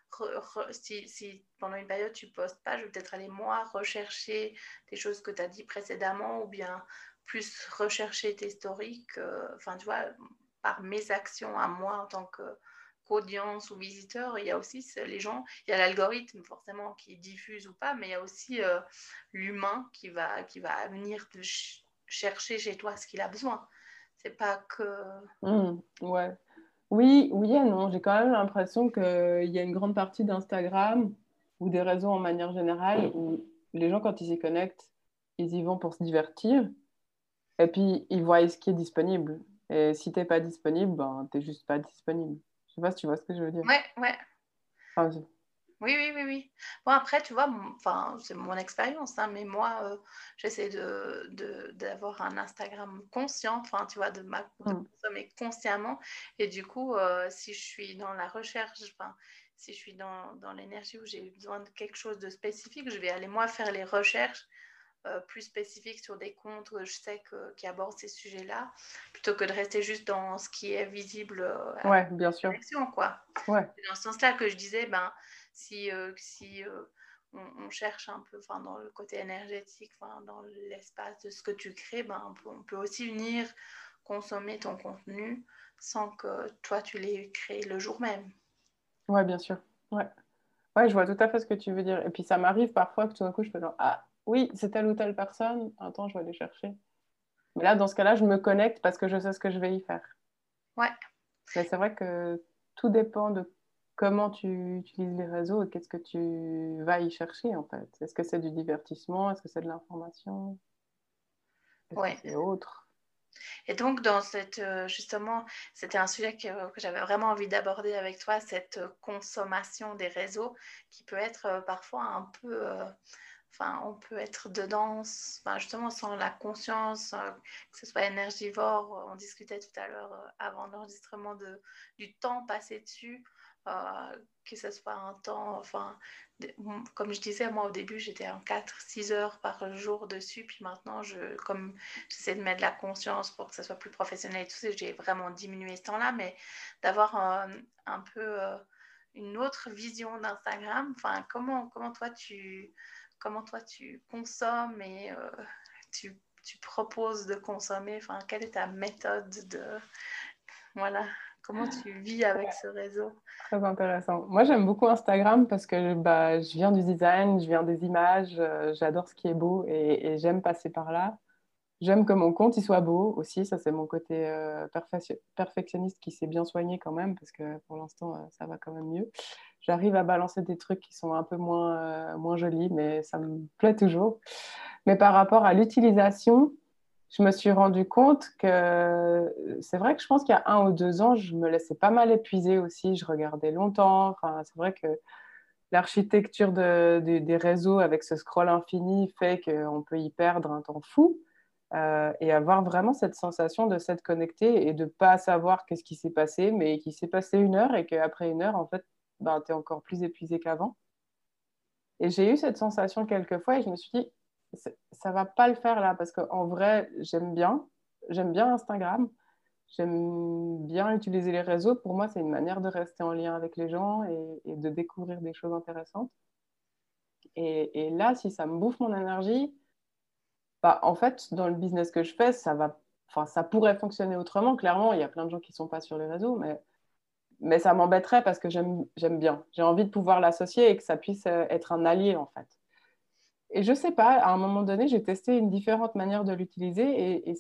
si pendant une période tu postes pas, je vais peut-être aller moi rechercher des choses que tu as dit précédemment ou bien plus rechercher tes stories enfin tu vois, par mes actions à moi en tant qu'audience ou visiteur, il y a aussi les gens, il y a l'algorithme forcément qui diffuse ou pas, mais il y a aussi l'humain qui va venir chercher chez toi ce qu'il a besoin. C'est pas que. Ouais. Oui, oui et non. J'ai quand même l'impression qu'il y a une grande partie d'Instagram ou des réseaux en manière générale où les gens, quand ils s'y connectent, ils y vont pour se divertir et puis ils voient ce qui est disponible. Et si t'es pas disponible, ben, t'es juste pas disponible. Je sais pas si tu vois ce que je veux dire. Ouais, ouais. Enfin, Oui, oui, oui, oui. Bon, après, tu vois, enfin, c'est mon expérience, hein, mais moi, j'essaie d'avoir un Instagram conscient, enfin, tu vois, de hmm. consommer consciemment. Et du coup, si je suis dans la recherche, enfin, si je suis dans l'énergie où j'ai besoin de quelque chose de spécifique, je vais aller, moi, faire les recherches plus spécifiques sur des comptes je sais qui abordent ces sujets-là, plutôt que de rester juste dans ce qui est visible avec Ouais, bien sûr. connexion, quoi. Ouais. C'est dans ce sens-là que je disais, ben, si on cherche un peu dans le côté énergétique, dans l'espace de ce que tu crées, ben, on peut aussi venir consommer ton contenu sans que toi, tu l'aies créé le jour même. Ouais, bien sûr. Ouais. Ouais, je vois tout à fait ce que tu veux dire. Et puis ça m'arrive parfois que tout d'un coup, je fais genre, ah oui, c'est telle ou telle personne. Attends, je vais aller chercher. Mais là, dans ce cas-là, je me connecte parce que je sais ce que je vais y faire. Ouais, Mais c'est vrai que tout dépend de comment tu utilises les réseaux et qu'est-ce que tu vas y chercher en fait. Est-ce que c'est du divertissement? Est-ce que c'est de l'information? Est-ce que ouais. c'est autre? Et donc, dans justement, c'était un sujet que j'avais vraiment envie d'aborder avec toi, cette consommation des réseaux qui peut être parfois un peu enfin, on peut être dedans, justement sans la conscience, que ce soit énergivore. On discutait tout à l'heure avant l'enregistrement du temps passé dessus, que ce soit un temps, enfin, comme je disais, moi au début j'étais en 4-6 heures par jour dessus, puis maintenant comme j'essaie de mettre de la conscience pour que ça soit plus professionnel et tout ça, j'ai vraiment diminué ce temps-là, mais d'avoir un peu une autre vision d'Instagram. Enfin, comment toi tu consommes et tu proposes de consommer. Enfin, quelle est ta méthode de voilà, comment tu vis avec ce réseau? Très intéressant. Moi, j'aime beaucoup Instagram parce que bah, je viens du design, je viens des images, j'adore ce qui est beau et j'aime passer par là. J'aime que mon compte il soit beau aussi, ça c'est mon côté perfectionniste qui s'est bien soigné quand même parce que pour l'instant ça va quand même mieux. J'arrive à balancer des trucs qui sont un peu moins jolis, mais ça me plaît toujours. Mais par rapport à l'utilisation, je me suis rendu compte que c'est vrai que je pense qu'il y a 1 ou 2 ans, je me laissais pas mal épuiser aussi. Je regardais longtemps. Enfin, c'est vrai que l'architecture des réseaux avec ce scroll infini fait qu'on peut y perdre un temps fou. Et avoir vraiment cette sensation de s'être connecté et de pas savoir qu'est-ce qui s'est passé, mais qu'il s'est passé 1 heure et qu'après 1 heure, en fait, ben, tu es encore plus épuisé qu'avant. Et j'ai eu cette sensation quelques fois et je me suis dit, ça va pas le faire là, parce qu'en vrai, j'aime bien Instagram, j'aime bien utiliser les réseaux. Pour moi, c'est une manière de rester en lien avec les gens et de découvrir des choses intéressantes. Et là, si ça me bouffe mon énergie, bah, en fait, dans le business que je fais, enfin, ça pourrait fonctionner autrement. Clairement, il y a plein de gens qui ne sont pas sur les réseaux, mais ça m'embêterait parce que j'aime bien. J'ai envie de pouvoir l'associer et que ça puisse être un allié, en fait. Et je sais pas, à un moment donné, j'ai testé une différente manière de l'utiliser et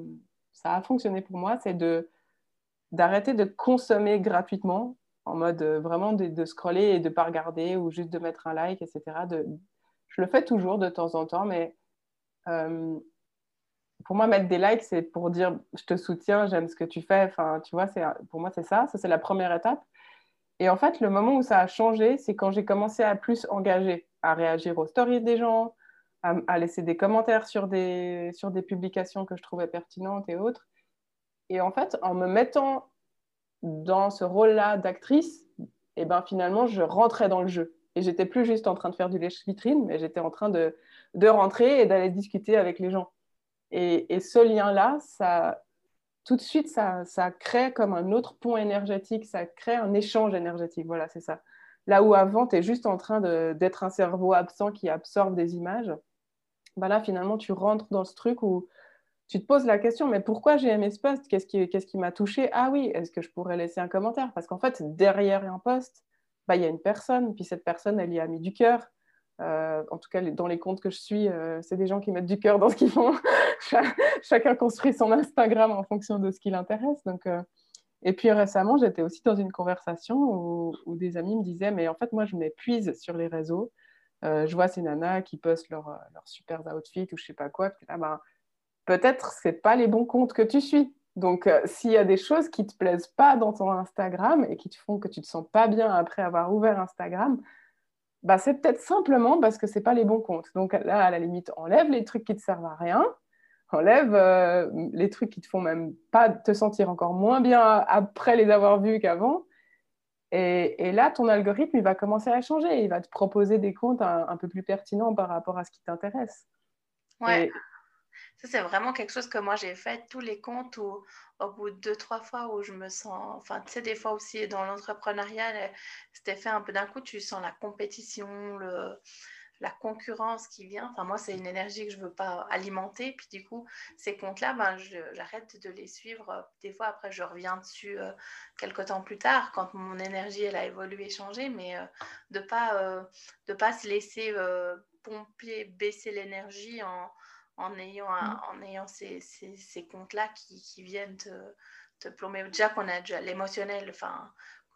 ça a fonctionné pour moi. C'est d'arrêter de consommer gratuitement, en mode vraiment de scroller et de ne pas regarder ou juste de mettre un like, etc. Je le fais toujours de temps en temps, mais euh, pour moi, mettre des likes, c'est pour dire je te soutiens, j'aime ce que tu fais. Enfin, tu vois, pour moi, c'est ça. Ça, c'est la première étape. Et en fait, le moment où ça a changé, c'est quand j'ai commencé à plus engager, à réagir aux stories des gens, à laisser des commentaires sur des publications que je trouvais pertinentes et autres. Et en fait, en me mettant dans ce rôle-là d'actrice, et ben finalement, je rentrais dans le jeu. Et j'étais plus juste en train de faire du lèche-vitrine, mais j'étais en train de rentrer et d'aller discuter avec les gens. Et ce lien-là, tout de suite, ça crée comme un autre pont énergétique, ça crée un échange énergétique. Voilà, c'est ça. Là où avant, tu es juste en train d'être un cerveau absent qui absorbe des images, bah là, finalement, tu rentres dans ce truc où tu te poses la question, mais pourquoi j'ai aimé ce post? Qu'est-ce qui m'a touché? Ah oui, est-ce que je pourrais laisser un commentaire? Parce qu'en fait, derrière un post, bah, il y a une personne, puis cette personne, elle y a mis du cœur. En tout cas, dans les comptes que je suis, c'est des gens qui mettent du cœur dans ce qu'ils font. Chacun construit son Instagram en fonction de ce qui l'intéresse. Et puis récemment, j'étais aussi dans une conversation où des amis me disaient, mais en fait, moi, je m'épuise sur les réseaux. Je vois ces nanas qui postent leurs super outfits ou je sais pas quoi. Puis là, ben, peut-être c'est pas les bons comptes que tu suis. Donc, s'il y a des choses qui te plaisent pas dans ton Instagram et qui te font que tu te sens pas bien après avoir ouvert Instagram, bah, c'est peut-être simplement parce que c'est pas les bons comptes. Donc là, à la limite, enlève les trucs qui te servent à rien, enlève les trucs qui te font même pas te sentir encore moins bien après les avoir vus qu'avant. Et là, ton algorithme, il va commencer à changer. Il va te proposer des comptes un peu plus pertinents par rapport à ce qui t'intéresse. Ouais, Et ça c'est vraiment quelque chose que moi j'ai fait. Tous les comptes où, au bout de 2, 3 fois où je me sens, enfin tu sais, des fois aussi dans l'entrepreneuriat, c'était fait un peu d'un coup, tu sens la compétition, la concurrence qui vient. Enfin, moi, c'est une énergie que je ne veux pas alimenter. Puis du coup, ces comptes-là, ben, j'arrête de les suivre. Des fois, après, je reviens dessus quelques temps plus tard, quand mon énergie, elle a évolué, changé. Mais de pas se laisser pomper, baisser l'énergie en ayant ces comptes-là qui viennent te plomber. Déjà qu'on a déjà l'émotionnel, enfin,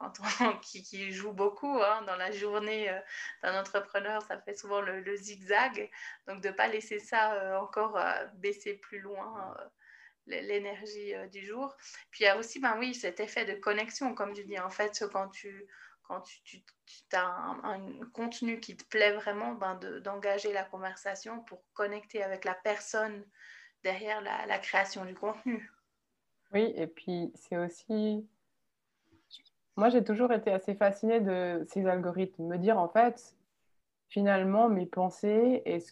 qui joue beaucoup hein, dans la journée d'un entrepreneur, ça fait souvent le zigzag. Donc, de ne pas laisser ça encore baisser plus loin l'énergie du jour. Puis, il y a aussi, ben oui, cet effet de connexion, comme tu dis. En fait, quand tu as un contenu qui te plaît vraiment, ben d'engager la conversation pour connecter avec la personne derrière la création du contenu. oui, et puis c'est aussi moi, j'ai toujours été assez fascinée de ces algorithmes. Me dire, en fait, finalement, mes pensées et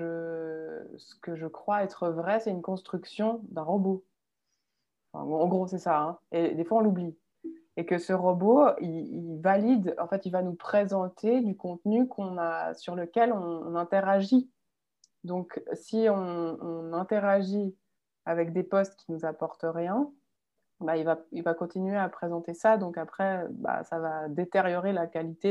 ce que je crois être vrai, c'est une construction d'un robot. Enfin, en gros, c'est ça, hein. Et des fois, on l'oublie. et que ce robot, il valide, en fait, il va nous présenter du contenu sur lequel on interagit. Donc, si on interagit avec des posts qui nous apportent rien, bah, il va continuer à présenter ça. Donc après, bah, ça va détériorer la qualité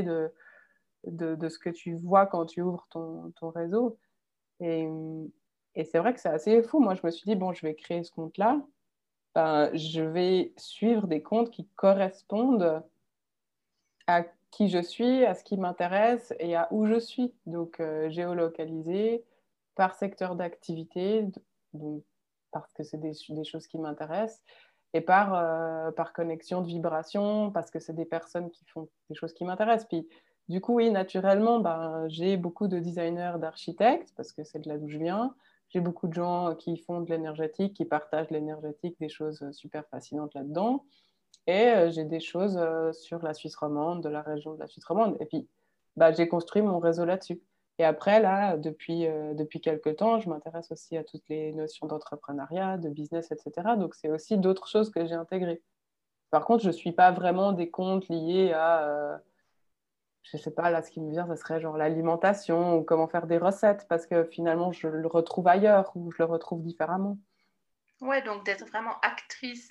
de ce que tu vois quand tu ouvres ton réseau. Et, et c'est vrai que c'est assez fou. Moi, je me suis dit, bon, je vais créer ce compte-là. Ben, je vais suivre des comptes qui correspondent à qui je suis, à ce qui m'intéresse et à où je suis. Donc, géolocalisé par secteur d'activité, donc, parce que c'est des choses qui m'intéressent, et par connexion de vibration, parce que c'est des personnes qui font des choses qui m'intéressent. Puis, du coup, oui, naturellement, ben, j'ai beaucoup de designers, d'architectes, parce que c'est de là d'où je viens. J'ai beaucoup de gens qui font de l'énergétique, qui partagent l'énergétique, des choses super fascinantes là-dedans. Et j'ai des choses sur la Suisse romande, de la région de la Suisse romande. Et puis, bah, j'ai construit mon réseau là-dessus. Et après, là, depuis quelques temps, je m'intéresse aussi à toutes les notions d'entrepreneuriat, de business, etc. Donc, c'est aussi d'autres choses que j'ai intégrées. Par contre, je ne suis pas vraiment des comptes liés à, je ne sais pas, là, ce qui me vient, ce serait genre l'alimentation ou comment faire des recettes, parce que finalement, je le retrouve ailleurs ou je le retrouve différemment. Ouais, donc d'être vraiment actrice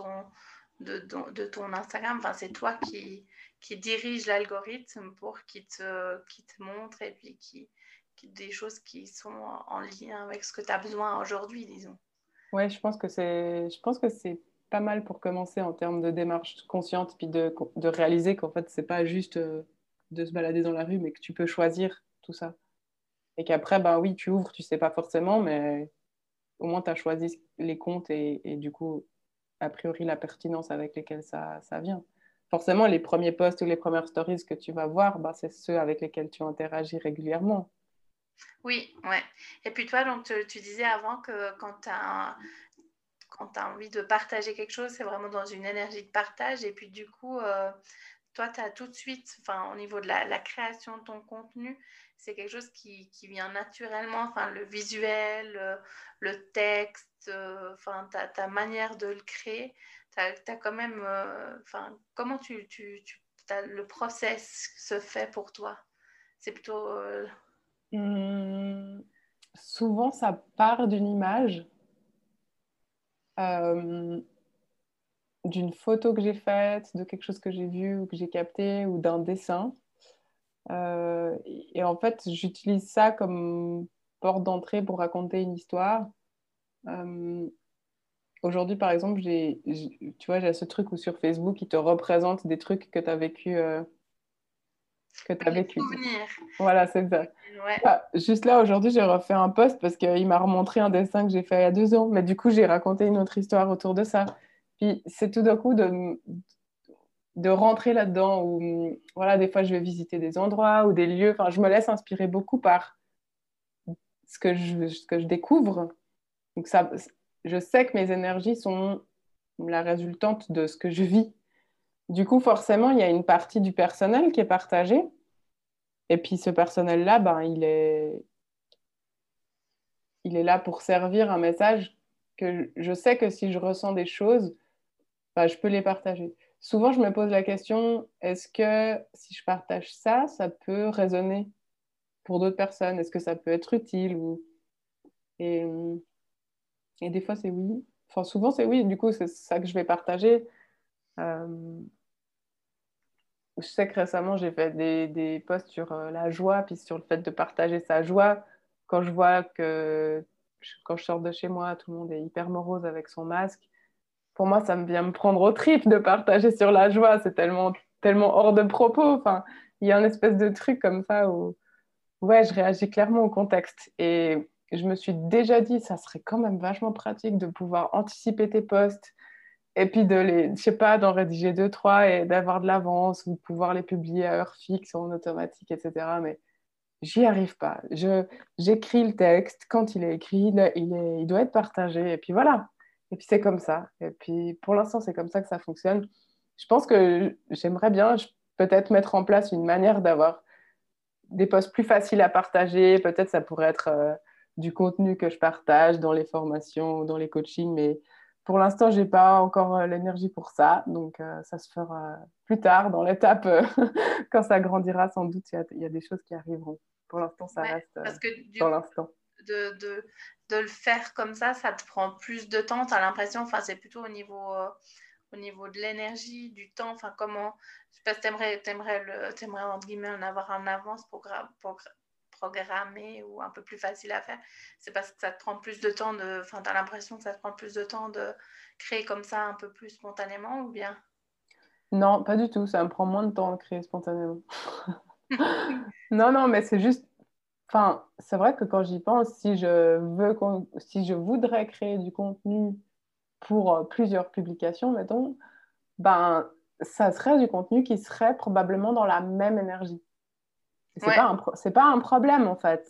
de ton Instagram. Enfin, c'est toi qui dirige l'algorithme pour qu'il te montre et puis des choses qui sont en lien avec ce que tu as besoin aujourd'hui, disons. Ouais, je pense que c'est pas mal pour commencer en termes de démarche consciente, puis de réaliser qu'en fait, c'est pas juste de se balader dans la rue, mais que tu peux choisir tout ça. Et qu'après, ben oui, tu ouvres, tu sais pas forcément, mais au moins tu as choisi les comptes et du coup, a priori, la pertinence avec lesquels ça vient. Forcément, les premiers posts ou les premières stories que tu vas voir, ben, c'est ceux avec lesquels tu interagis régulièrement. Oui, ouais. Et puis toi, donc tu disais avant que quand tu as envie de partager quelque chose, c'est vraiment dans une énergie de partage. Et puis du coup, toi, tu as tout de suite, enfin, au niveau de la création de ton contenu, c'est quelque chose qui vient naturellement, enfin, le visuel, le texte, enfin, ta manière de le créer, tu as, quand même, enfin, comment le process se fait pour toi? C'est plutôt, Hum, souvent, ça part d'une image. Euh, d'une photo que j'ai faite, de quelque chose que j'ai vu ou que j'ai capté ou d'un dessin. Et en fait, j'utilise ça comme porte d'entrée pour raconter une histoire. Euh, Aujourd'hui, par exemple, tu vois, j'ai ce truc où sur Facebook, il te représente des trucs que tu as vécu. Que tu les vécu. souvenirs. Voilà, c'est ça. Ouais. Ah, juste là, aujourd'hui, j'ai refait un post parce qu'il m'a remontré un dessin que j'ai fait il y a 2 ans. Mais du coup, j'ai raconté une autre histoire autour de ça. Puis c'est tout d'un coup de rentrer là-dedans où, voilà, des fois, je vais visiter des endroits ou des lieux. Enfin, je me laisse inspirer beaucoup par ce que je découvre. Donc, ça, je sais que mes énergies sont la résultante de ce que je vis. Du coup, forcément, il y a une partie du personnel qui est partagée. Et puis, ce personnel-là, ben, il est là pour servir un message que je sais que si je ressens des choses, bah, je peux les partager. Souvent, je me pose la question, est-ce que si je partage ça, ça peut résonner pour d'autres personnes? Est-ce que ça peut être utile et, et des fois, c'est oui. Enfin, souvent, c'est oui. Du coup, c'est ça que je vais partager. Euh, je sais que récemment, j'ai fait des posts sur la joie, puis sur le fait de partager sa joie. Quand je vois que quand je sors de chez moi, tout le monde est hyper morose avec son masque. Pour moi, ça me vient me prendre aux tripes de partager sur la joie. C'est tellement hors de propos. Enfin, il y a un espèce de truc comme ça où, ouais, je réagis clairement au contexte. Et je me suis déjà dit, ça serait quand même vachement pratique de pouvoir anticiper tes posts et puis je sais pas, d'en rédiger deux, trois et d'avoir de l'avance ou de pouvoir les publier à heure fixe en automatique, etc. Mais j'y arrive pas. J'écris le texte. Quand il est écrit, il doit être partagé. Et puis voilà. Et puis c'est comme ça. Et puis pour l'instant, c'est comme ça que ça fonctionne. Je pense que j'aimerais bien peut-être mettre en place une manière d'avoir des posts plus faciles à partager. Peut-être ça pourrait être du contenu que je partage dans les formations ou dans les coachings, mais Pour l'instant, j'ai pas encore l'énergie pour ça, donc ça se fera plus tard dans l'étape quand ça grandira. Sans doute, il y a des choses qui arriveront. Pour l'instant, ça Ouais, reste parce que dans du coup, l'instant. de, de, de le faire comme ça te prend plus de temps, tu as l'impression, enfin, c'est plutôt au niveau de l'énergie, du temps, enfin, comment, je sais pas si t'aimerais, entre guillemets, en avoir en avance programmé ou un peu plus facile à faire. C'est parce que ça te prend plus de temps enfin, tu as l'impression que ça te prend plus de temps de créer comme ça un peu plus spontanément ou bien? Non, pas du tout. Ça me prend moins de temps de créer spontanément. Non, non, mais c'est juste. Enfin, c'est vrai que quand j'y pense, si je voudrais créer du contenu pour plusieurs publications, mettons, ben, ça serait du contenu qui serait probablement dans la même énergie. Et Ouais, c'est pas un problème, en fait,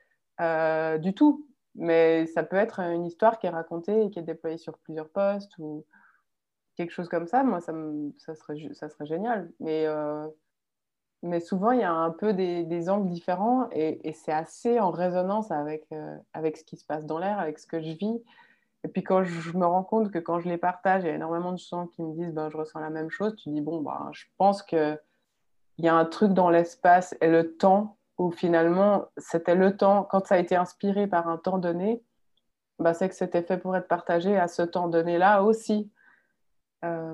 du tout. Mais ça peut être une histoire qui est racontée et qui est déployée sur plusieurs postes ou quelque chose comme ça. Moi, ça serait génial. Mais souvent, il y a un peu des angles différents et c'est assez en résonance avec ce qui se passe dans l'air, avec ce que je vis. Et puis quand je me rends compte que quand je les partage, il y a énormément de gens qui me disent ben, je ressens la même chose, tu dis bon, ben, je pense qu'il y a un truc dans l'espace et le temps où finalement c'était le temps, quand ça a été inspiré par un temps donné, ben, c'est que c'était fait pour être partagé à ce temps donné-là aussi. Euh,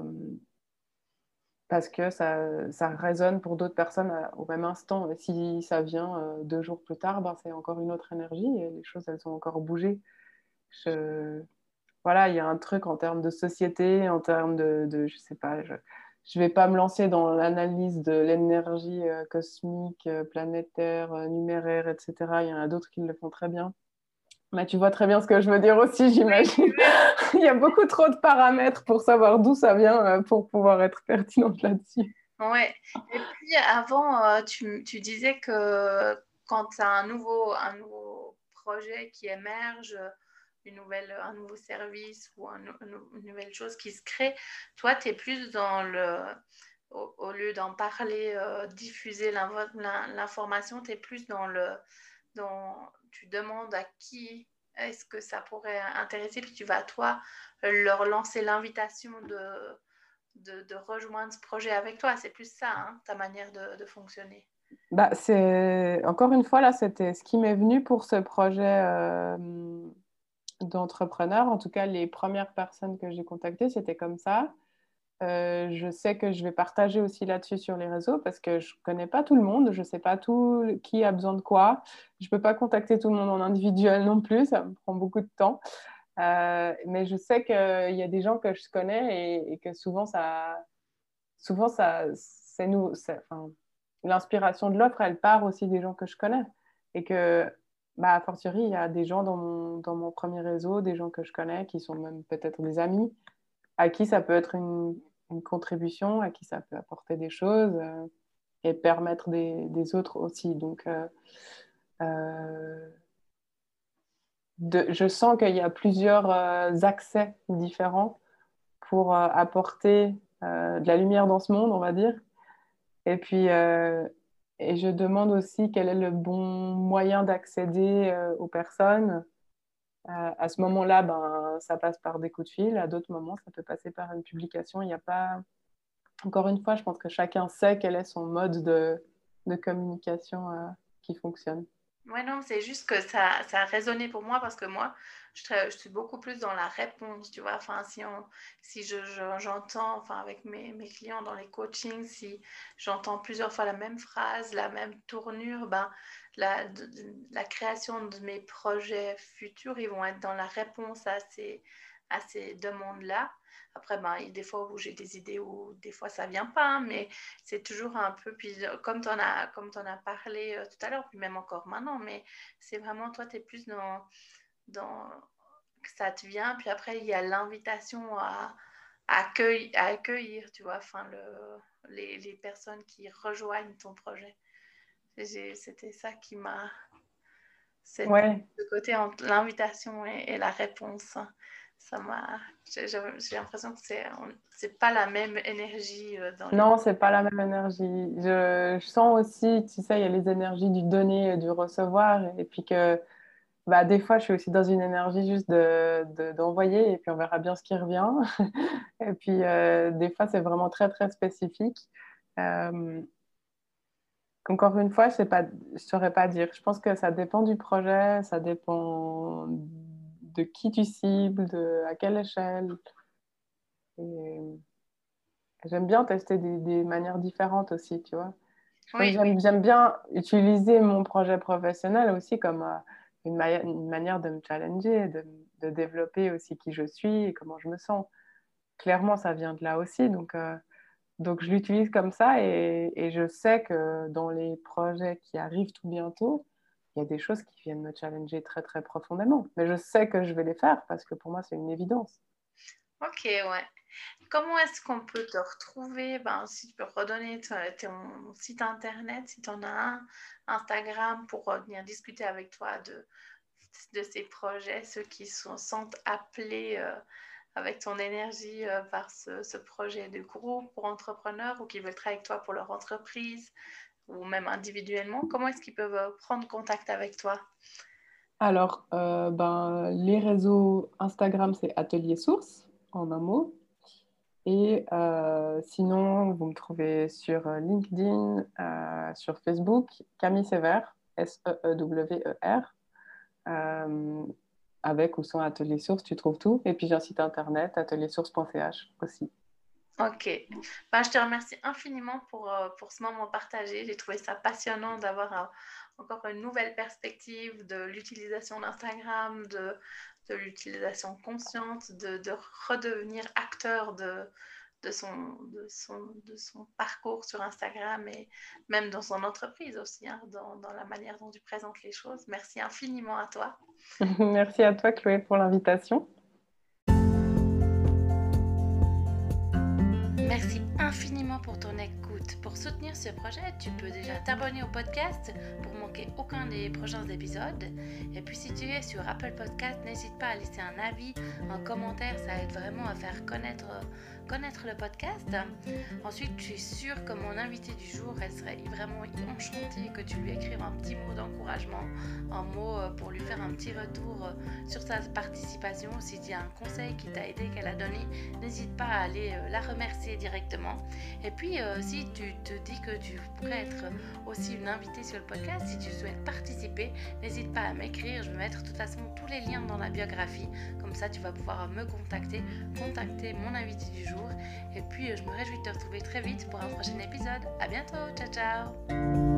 Parce que ça résonne pour d'autres personnes au même instant. Et si ça vient 2 jours plus tard, ben, c'est encore une autre énergie et les choses, elles ont encore bougé. Je... Voilà, il y a un truc en termes de société, en termes je sais pas, je vais pas me lancer dans l'analyse de l'énergie cosmique, planétaire, numéraire, etc. Il y en a d'autres qui le font très bien. Mais tu vois très bien ce que je veux dire aussi, j'imagine. Il y a beaucoup trop de paramètres pour savoir d'où ça vient pour pouvoir être pertinente là-dessus. ouais. Et puis avant, tu disais que quand tu as un nouveau projet qui émerge, un nouveau service ou une nouvelle chose qui se crée, toi, tu es plus au lieu d'en parler, diffuser l'information, tu es plus tu demandes à qui est-ce que ça pourrait intéresser, puis tu vas, toi, leur lancer l'invitation de rejoindre ce projet avec toi. C'est plus ça, hein, ta manière de fonctionner. Bah, c'est encore une fois là, c'était ce qui m'est venu pour ce projet d'entrepreneur. En tout cas, les premières personnes que j'ai contactées, c'était comme ça. Je sais que je vais partager aussi là-dessus sur les réseaux parce que je connais pas tout le monde, je sais pas tout qui a besoin de quoi. Je peux pas contacter tout le monde en individuel non plus, ça me prend beaucoup de temps. Mais je sais qu'il y a des gens que je connais et que souvent c'est nous, enfin, l'inspiration de l'offre, elle part aussi des gens que je connais. Et que, bah, a fortiori, il y a des gens dans mon premier réseau, des gens que je connais, qui sont même peut-être des amis, à qui ça peut être une contribution, à qui ça peut apporter des choses et permettre des autres aussi. Donc, euh, je sens qu'il y a plusieurs accès différents pour apporter de la lumière dans ce monde, on va dire. Et puis, et je demande aussi quel est le bon moyen d'accéder aux personnes. À ce moment-là, ben, ça passe par des coups de fil. À d'autres moments, ça peut passer par une publication. Il n'y a pas... Encore une fois, je pense que chacun sait quel est son mode de communication qui fonctionne. Ouais, non, c'est juste que ça a résonné pour moi parce que moi, je suis beaucoup plus dans la réponse, tu vois. Enfin, si j'entends, enfin, avec mes clients dans les coachings, si j'entends plusieurs fois la même phrase, la même tournure, ben, la création de mes projets futurs, ils vont être dans la réponse à ces demandes-là. Après, ben, il y a des fois où j'ai des idées ou des fois ça vient pas, hein, mais c'est toujours un peu, puis comme tu en as parlé tout à l'heure, puis même encore maintenant, mais c'est vraiment, toi, tu es plus dans que ça te vient, puis après, il y a l'invitation à accueillir, tu vois, enfin, les personnes qui rejoignent ton projet. C'était ça qui m'a... Ouais, Ce côté entre l'invitation et la réponse, ça m'a... J'ai l'impression que c'est pas la même énergie dans les... non, c'est pas la même énergie. Je sens aussi, tu sais, il y a les énergies du donner et du recevoir, et puis que Bah, des fois, je suis aussi dans une énergie juste d'envoyer et puis on verra bien ce qui revient. Et puis, des fois, c'est vraiment très, très spécifique. Euh, Encore une fois, je saurais pas dire. Je pense que ça dépend du projet, ça dépend de qui tu cibles, à quelle échelle. Et j'aime bien tester des manières différentes aussi, tu vois. Je pense que Oui, j'aime bien utiliser mon projet professionnel aussi comme une manière de me challenger, de développer aussi qui je suis et comment je me sens. Clairement, ça vient de là aussi. Donc je l'utilise comme ça et je sais que dans les projets qui arrivent tout bientôt, il y a des choses qui viennent me challenger très, très profondément. Mais je sais que je vais les faire parce que pour moi, c'est une évidence. ok, ouais. Comment est-ce qu'on peut te retrouver? Ben, si tu peux redonner ton site internet, si tu en as un, Instagram, pour venir discuter avec toi de ces projets, ceux qui sentent appelés avec ton énergie par ce projet de groupe pour entrepreneurs ou qui veulent travailler avec toi pour leur entreprise ou même individuellement. Comment est-ce qu'ils peuvent prendre contact avec toi? Alors, les réseaux Instagram, c'est Atelier Source, en un mot. Et sinon, vous me trouvez sur LinkedIn, sur Facebook, Camille Sévère, Seewer, euh, avec ou sans Atelier Source, tu trouves tout. Et puis j'ai un site internet, ateliersource.ch aussi. Ok. Ben, je te remercie infiniment pour ce moment partagé. J'ai trouvé ça passionnant d'avoir encore une nouvelle perspective de l'utilisation d'Instagram, de l'utilisation consciente, de redevenir acteur de son parcours sur Instagram et même dans son entreprise aussi, hein, dans la manière dont tu présentes les choses. Merci infiniment à toi. Merci à toi, Chloé, pour l'invitation. Merci infiniment pour ton écoute. Pour soutenir ce projet, tu peux déjà t'abonner au podcast pour manquer aucun des prochains épisodes. Et puis si tu es sur Apple Podcast, n'hésite pas à laisser un avis, un commentaire, ça aide vraiment à faire connaître le podcast. Ensuite, je suis sûre que mon invité du jour, elle serait vraiment enchantée que tu lui écrives un petit mot d'encouragement, un mot pour lui faire un petit retour sur sa participation. Si tu as un conseil qui t'a aidé, qu'elle a donné, n'hésite pas à aller la remercier directement. Et puis, si tu te dis que tu pourrais être aussi une invitée sur le podcast, si tu souhaites participer, n'hésite pas à m'écrire. Je vais mettre de toute façon tous les liens dans la biographie. Comme ça, tu vas pouvoir me contacter mon invité du jour. Et puis, je me réjouis de te retrouver très vite pour un prochain épisode. À bientôt, ciao ciao.